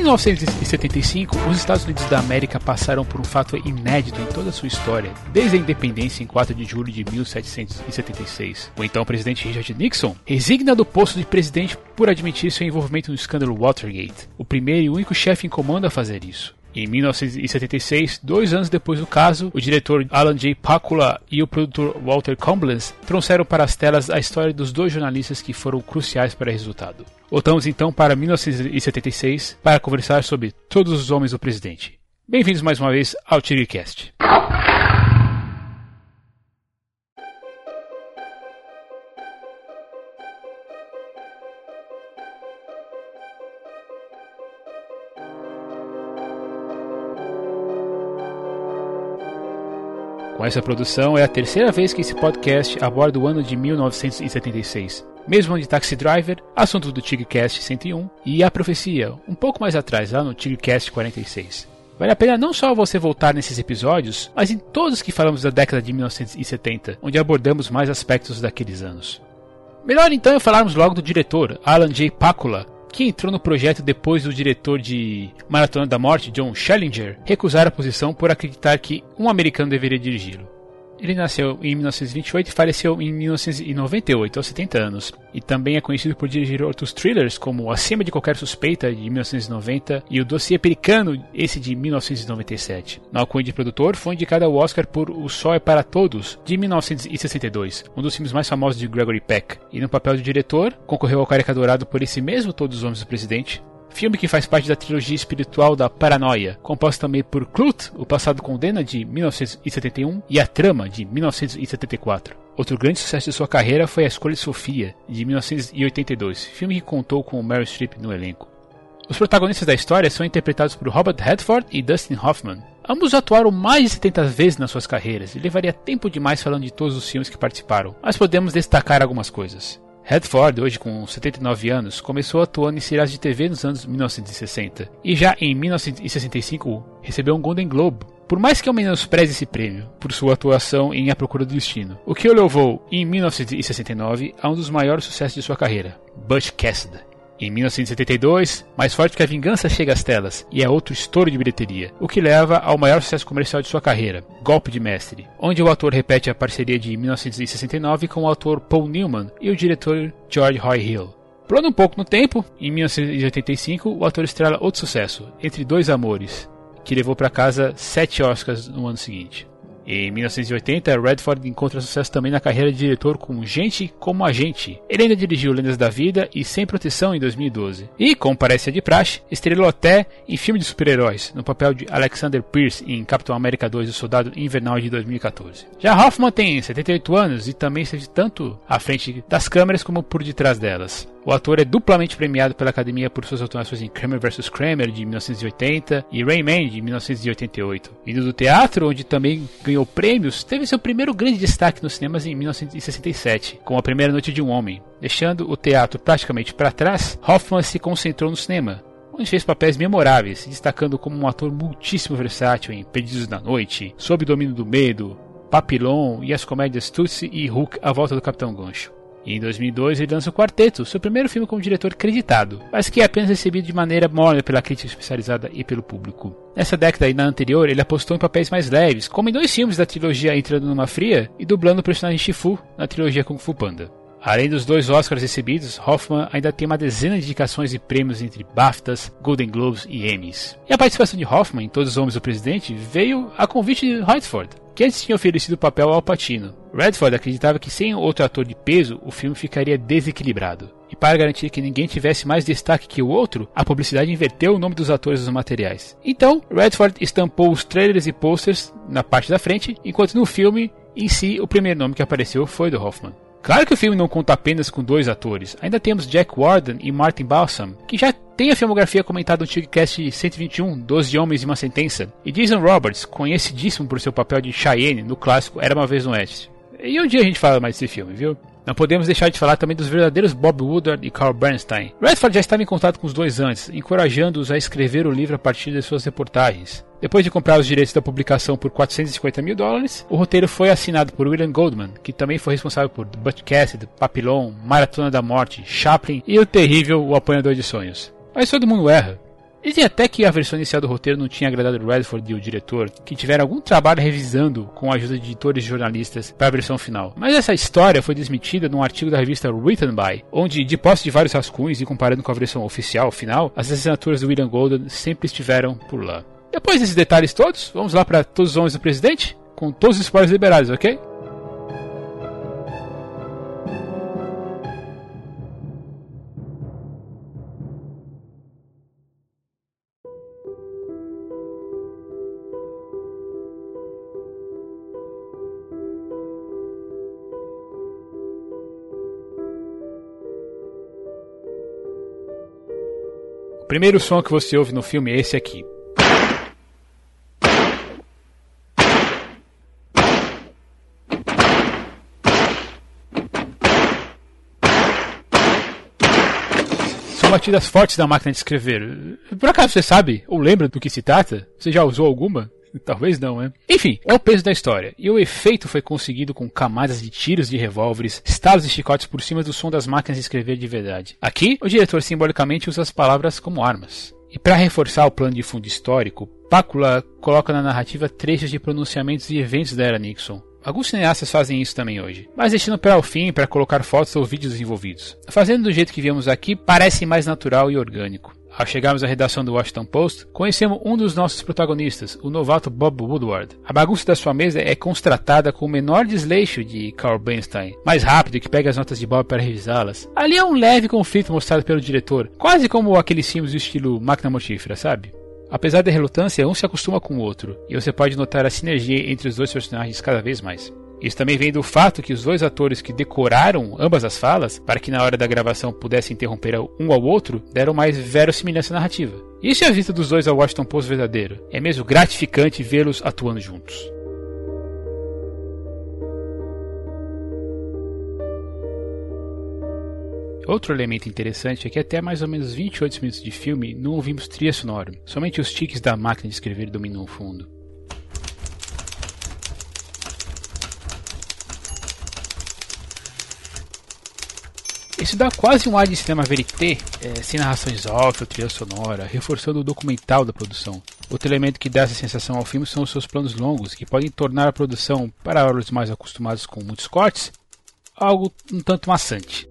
1975, os Estados Unidos da América passaram por um fato inédito em toda a sua história, desde a independência em 4 de julho de 1776. O então presidente Richard Nixon resigna do posto de presidente por admitir seu envolvimento no escândalo Watergate, o primeiro e único chefe em comando a fazer isso. Em 1976, 2 anos depois do caso, o diretor Alan J. Pakula e o produtor Walter Collins trouxeram para as telas a história dos 2 jornalistas que foram cruciais para o resultado. Voltamos então para 1976 para conversar sobre Todos os Homens do Presidente. Bem-vindos mais uma vez ao TigreCast. Com essa produção, é a terceira vez que esse podcast aborda o ano de 1976, mesmo ano de Taxi Driver, assunto do TigreCast 101 e A Profecia, um pouco mais atrás, lá no TigreCast 46. Vale a pena não só você voltar nesses episódios, mas em todos que falamos da década de 1970, onde abordamos mais aspectos daqueles anos. Melhor então é falarmos logo do diretor, Alan J. Pakula, que entrou no projeto depois do diretor de Maratona da Morte, John Schlesinger, recusar a posição por acreditar que um americano deveria dirigi-lo. Ele nasceu em 1928 e faleceu em 1998, aos 70 anos, e também é conhecido por dirigir outros thrillers como Acima de Qualquer Suspeita, de 1990, e o Dossiê Pelicano, esse de 1997. Na alcunha de produtor, foi indicado ao Oscar por O Sol é para Todos, de 1962, um dos filmes mais famosos de Gregory Peck, e no papel de diretor, concorreu ao Careca Dourado por esse mesmo Todos os Homens do Presidente, filme que faz parte da trilogia espiritual da Paranoia, composta também por Clute, O Passado Condena, de 1971, e A Trama, de 1974. Outro grande sucesso de sua carreira foi A Escolha de Sofia, de 1982, filme que contou com Meryl Streep no elenco. Os protagonistas da história são interpretados por Robert Redford e Dustin Hoffman. Ambos atuaram mais de 70 vezes nas suas carreiras, e levaria tempo demais falando de todos os filmes que participaram, mas podemos destacar algumas coisas. Redford, hoje com 79 anos, começou atuando em seriados de TV nos anos 1960 e já em 1965 recebeu um Golden Globe, por mais que eu menospreze esse prêmio, por sua atuação em A Procura do Destino, o que o levou em 1969 a um dos maiores sucessos de sua carreira, Butch Cassidy. Em 1972, Mais Forte que a Vingança chega às telas e é outro estouro de bilheteria, o que leva ao maior sucesso comercial de sua carreira, Golpe de Mestre, onde o ator repete a parceria de 1969 com o ator Paul Newman e o diretor George Roy Hill. Pulando um pouco no tempo, em 1985 o ator estrela outro sucesso, Entre Dois Amores, que levou para casa 7 Oscars no ano seguinte. Em 1980, Redford encontra sucesso também na carreira de diretor com Gente como a Gente. Ele ainda dirigiu Lendas da Vida e Sem Proteção em 2012. E, como parece de praxe, estrelou até em filme de super-heróis, no papel de Alexander Pierce em Capitão América 2, O Soldado Invernal de 2014. Já Hoffman tem 78 anos e também esteve tanto à frente das câmeras como por detrás delas. O ator é duplamente premiado pela Academia por suas atuações em Kramer vs. Kramer, de 1980, e Rain Man, de 1988. Vindo do teatro, onde também ganhou prêmios, teve seu primeiro grande destaque nos cinemas em 1967, com A Primeira Noite de um Homem. Deixando o teatro praticamente para trás, Hoffman se concentrou no cinema, onde fez papéis memoráveis, se destacando como um ator muitíssimo versátil em Perdidos na Noite, Sob o Domínio do Medo, Papillon e as comédias Tootsie e Hook, A Volta do Capitão Gancho. Em 2002 ele lança o Quarteto, seu primeiro filme como diretor creditado, mas que é apenas recebido de maneira morna pela crítica especializada e pelo público. Nessa década e na anterior ele apostou em papéis mais leves, como em 2 filmes da trilogia Entrando numa Fria e dublando o personagem Shifu na trilogia Kung Fu Panda. Além dos 2 Oscars recebidos, Hoffman ainda tem uma dezena de indicações e prêmios entre BAFTAs, Golden Globes e Emmys. E a participação de Hoffman em Todos os Homens do Presidente veio a convite de Redford, que antes tinha oferecido o papel ao Al Pacino. Redford acreditava que sem outro ator de peso, o filme ficaria desequilibrado. E para garantir que ninguém tivesse mais destaque que o outro, a publicidade inverteu o nome dos atores nos materiais. Então, Redford estampou os trailers e posters na parte da frente, enquanto no filme, em si, o primeiro nome que apareceu foi do Hoffman. Claro que o filme não conta apenas com 2 atores, ainda temos Jack Warden e Martin Balsam, que já tem a filmografia comentada no TigreCast 121, 12 Homens e uma Sentença, e Jason Roberts, conhecidíssimo por seu papel de Cheyenne no clássico Era Uma Vez no Oeste. E um dia a gente fala mais desse filme, viu? Não podemos deixar de falar também dos verdadeiros Bob Woodward e Carl Bernstein. Redford já estava em contato com os 2 antes, encorajando-os a escrever o livro a partir de suas reportagens. Depois de comprar os direitos da publicação por $450 mil, o roteiro foi assinado por William Goldman, que também foi responsável por Butch Cassidy, Papillon, Maratona da Morte, Chaplin e o terrível O Apanhador de Sonhos. Mas todo mundo erra. Dizem até que a versão inicial do roteiro não tinha agradado Redford e o diretor, que tiveram algum trabalho revisando com a ajuda de editores e jornalistas para a versão final. Mas essa história foi desmentida num artigo da revista Written By, onde, de posse de vários rascunhos e comparando com a versão oficial final, as assinaturas do William Golden sempre estiveram por lá. Depois desses detalhes todos, vamos lá para Todos os Homens do Presidente, com todos os spoilers liberados, ok? O primeiro som que você ouve no filme é esse aqui. São batidas fortes da máquina de escrever. Por acaso você sabe ou lembra do que se trata? Você já usou alguma? Talvez não, né? Enfim, é o peso da história. E o efeito foi conseguido com camadas de tiros de revólveres, estalos e chicotes por cima do som das máquinas de escrever de verdade. Aqui, o diretor simbolicamente usa as palavras como armas. E para reforçar o plano de fundo histórico, Pácula coloca na narrativa trechos de pronunciamentos e eventos da era Nixon. Alguns cineastas fazem isso também hoje, mas deixando para o fim para colocar fotos ou vídeos envolvidos. Fazendo do jeito que vimos aqui, parece mais natural e orgânico. Ao chegarmos à redação do Washington Post, conhecemos um dos nossos protagonistas, o novato Bob Woodward. A bagunça da sua mesa é constatada com o menor desleixo de Carl Bernstein, mais rápido e que pega as notas de Bob para revisá-las. Ali é um leve conflito mostrado pelo diretor, quase como aqueles filmes do estilo Máquina Mortífera, sabe? Apesar da relutância, um se acostuma com o outro, e você pode notar a sinergia entre os dois personagens cada vez mais. Isso também vem do fato que os dois atores que decoraram ambas as falas, para que na hora da gravação pudessem interromper um ao outro, deram mais verossimilhança narrativa. Isso é a visita dos dois ao Washington Post verdadeiro. É mesmo gratificante vê-los atuando juntos. Outro elemento interessante é que até mais ou menos 28 minutos de filme não ouvimos trilha sonora. Somente os tiques da máquina de escrever dominam o fundo. Isso dá quase um ar de cinema verité, sem narrações off ou trilha sonora, reforçando o documental da produção. Outro elemento que dá essa sensação ao filme são os seus planos longos, que podem tornar a produção, para olhos mais acostumados com muitos cortes, algo um tanto maçante.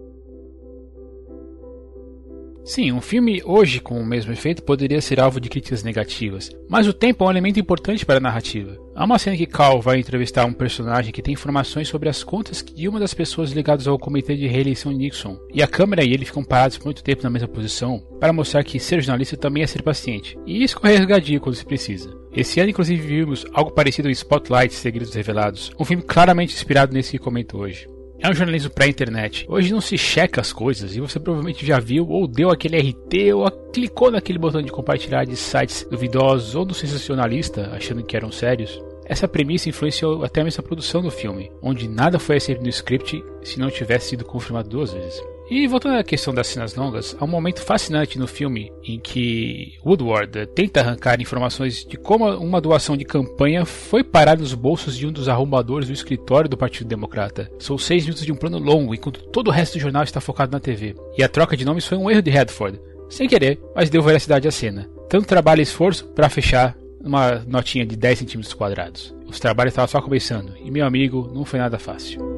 Sim, um filme hoje com o mesmo efeito poderia ser alvo de críticas negativas, mas o tempo é um elemento importante para a narrativa. Há uma cena que Carl vai entrevistar um personagem que tem informações sobre as contas de uma das pessoas ligadas ao comitê de reeleição Nixon, e a câmera e ele ficam parados por muito tempo na mesma posição para mostrar que ser jornalista também é ser paciente, e escorregadio quando se precisa. Esse ano inclusive vimos algo parecido em Spotlight, Segredos Revelados, um filme claramente inspirado nesse que comento hoje. É um jornalismo pré-internet. Hoje não se checa as coisas e você provavelmente já viu ou deu aquele RT ou clicou naquele botão de compartilhar de sites duvidosos ou do sensacionalista achando que eram sérios. Essa premissa influenciou até mesmo a produção do filme, onde nada foi aceito no script se não tivesse sido confirmado 2 vezes. E voltando à questão das cenas longas, há um momento fascinante no filme em que Woodward tenta arrancar informações de como uma doação de campanha foi parar nos bolsos de um dos arrombadores do escritório do Partido Democrata. São 6 minutos de um plano longo, enquanto todo o resto do jornal está focado na TV. E a troca de nomes foi um erro de Redford, sem querer, mas deu veracidade à cena. Tanto trabalho e esforço para fechar uma notinha de 10 centímetros quadrados. Os trabalhos estavam só começando, e meu amigo, não foi nada fácil.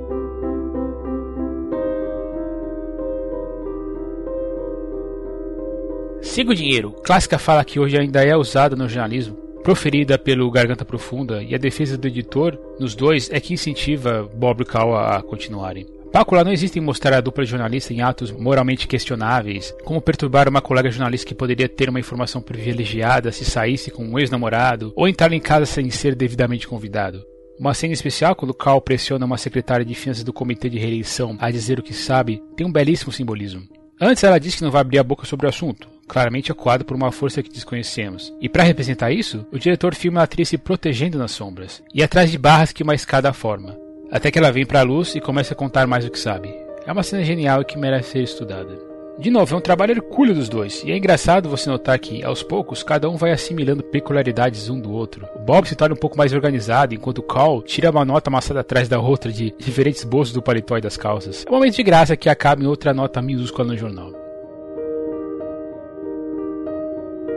Siga o dinheiro, clássica fala que hoje ainda é usada no jornalismo, proferida pelo Garganta Profunda, e a defesa do editor nos dois é que incentiva Bob e Carl a continuarem. Pácula não existe em mostrar a dupla de jornalista em atos moralmente questionáveis, como perturbar uma colega jornalista que poderia ter uma informação privilegiada se saísse com um ex-namorado, ou entrar em casa sem ser devidamente convidado. Uma cena especial quando Carl pressiona uma secretária de finanças do comitê de reeleição a dizer o que sabe tem um belíssimo simbolismo. Antes ela diz que não vai abrir a boca sobre o assunto, claramente acuado por uma força que desconhecemos. E para representar isso, o diretor filma a atriz se protegendo nas sombras, e atrás de barras que uma escada forma, até que ela vem para a luz e começa a contar mais o que sabe. É uma cena genial e que merece ser estudada. De novo, é um trabalho hercúleo dos dois, e é engraçado você notar que, aos poucos, cada um vai assimilando peculiaridades um do outro. O Bob se torna um pouco mais organizado, enquanto o Carl tira uma nota amassada atrás da outra de diferentes bolsos do paletó e das calças. É um momento de graça que acaba em outra nota minúscula no jornal.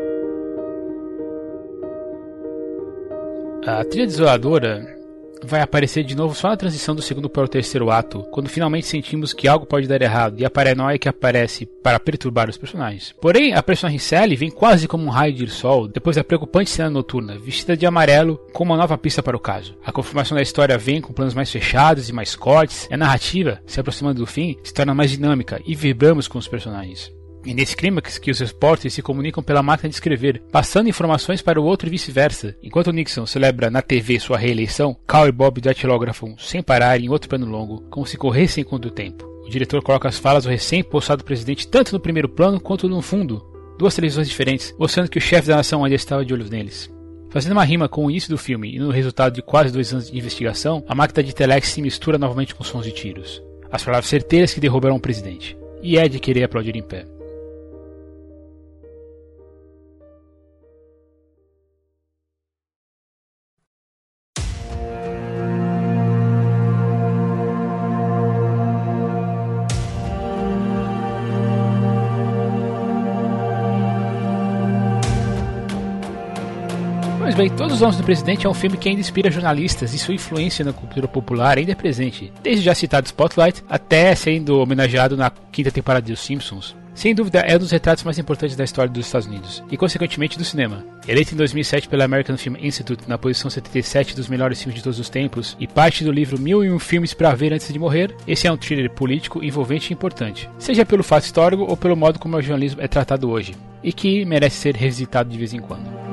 A trilha desoladora vai aparecer de novo só na transição do segundo para o terceiro ato, quando finalmente sentimos que algo pode dar errado e a paranoia que aparece para perturbar os personagens. Porém, a personagem Sally vem quase como um raio de sol depois da preocupante cena noturna, vestida de amarelo com uma nova pista para o caso. A confirmação da história vem com planos mais fechados e mais cortes, e a narrativa, se aproximando do fim, se torna mais dinâmica e vibramos com os personagens. E nesse clímax que os repórteres se comunicam pela máquina de escrever, passando informações para o outro e vice-versa. Enquanto Nixon celebra na TV sua reeleição, Cal e Bob datilógrafam sem parar em outro plano longo, como se corressem contra o tempo. O diretor coloca as falas do recém-possado presidente tanto no primeiro plano quanto no fundo, duas televisões diferentes, mostrando que o chefe da nação ainda estava de olho neles. Fazendo uma rima com o início do filme e no resultado de quase 2 anos de investigação, a máquina de telex se mistura novamente com sons de tiros. As palavras certeiras que derrubaram o presidente. E é de querer aplaudir em pé. Pois bem, Todos os Homens do Presidente é um filme que ainda inspira jornalistas e sua influência na cultura popular ainda é presente, desde já citado Spotlight até sendo homenageado na 5ª temporada de Os Simpsons. Sem dúvida é um dos retratos mais importantes da história dos Estados Unidos e consequentemente do cinema. Eleito em 2007 pela American Film Institute na posição 77 dos melhores filmes de todos os tempos e parte do livro 1001 Filmes para Ver Antes de Morrer, esse é um thriller político envolvente e importante, seja pelo fato histórico ou pelo modo como o jornalismo é tratado hoje, e que merece ser revisitado de vez em quando.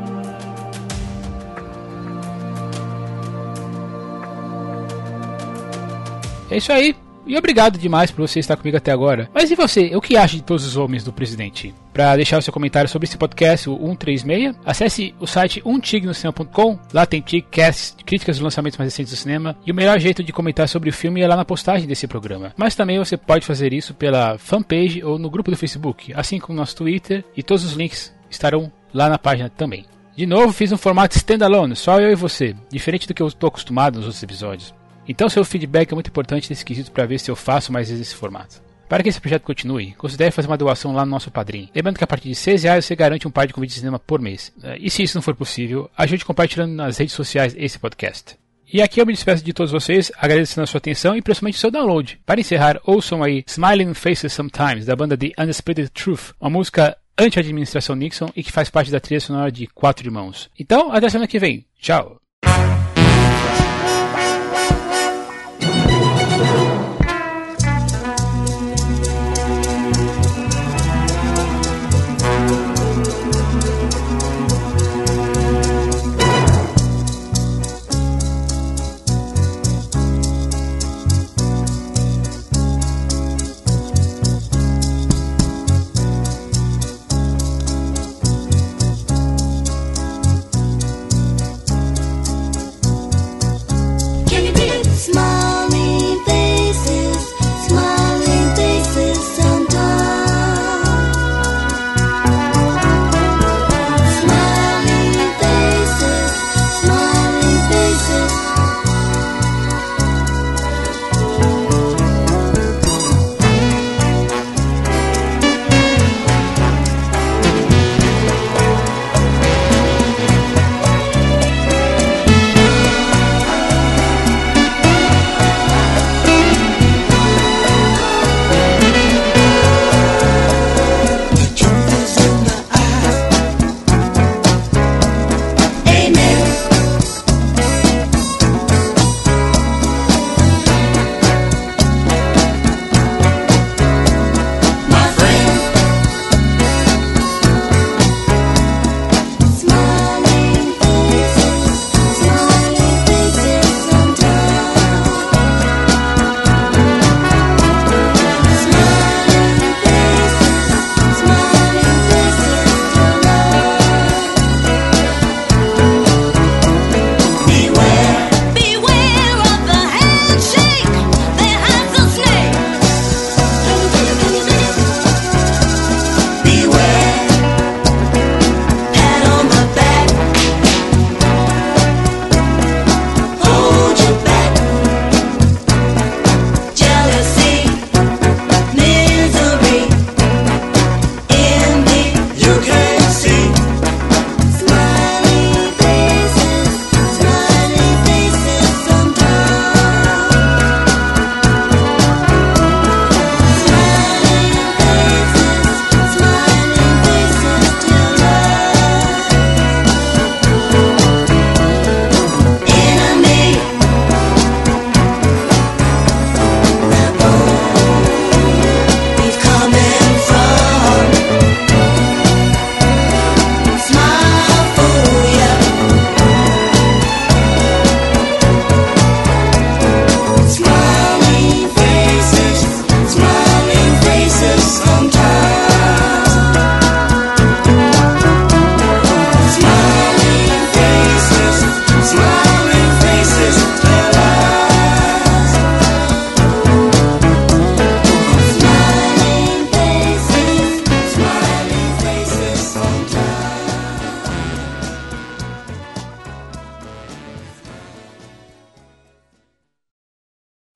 É isso aí, e obrigado demais por você estar comigo até agora. Mas e você, o que acha de Todos os Homens do Presidente? Para deixar o seu comentário sobre esse podcast, o 136, acesse o site umtignocinema.com, lá tem TigCast, críticas dos lançamentos mais recentes do cinema, e o melhor jeito de comentar sobre o filme é lá na postagem desse programa. Mas também você pode fazer isso pela fanpage ou no grupo do Facebook, assim como no nosso Twitter, e todos os links estarão lá na página também. De novo, fiz um formato standalone, só eu e você, diferente do que eu estou acostumado nos outros episódios. Então seu feedback é muito importante nesse quesito para ver se eu faço mais vezes esse formato. Para que esse projeto continue, considere fazer uma doação lá no nosso Padrim. Lembrando que a partir de R$6 você garante um par de convites de cinema por mês. E se isso não for possível, ajude compartilhando nas redes sociais esse podcast. E aqui eu me despeço de todos vocês, agradecendo a sua atenção e principalmente o seu download. Para encerrar, ouçam aí Smiling Faces Sometimes, da banda The Undisputed Truth, uma música anti-administração Nixon e que faz parte da trilha sonora de Quatro Irmãos. Então, até semana que vem. Tchau!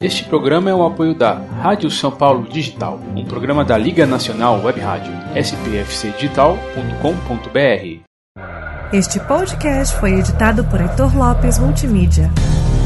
Este programa é o apoio da Rádio São Paulo Digital, um programa da Liga Nacional Web Rádio, spfcdigital.com.br. Este podcast foi editado por Heitor Lopes Multimídia.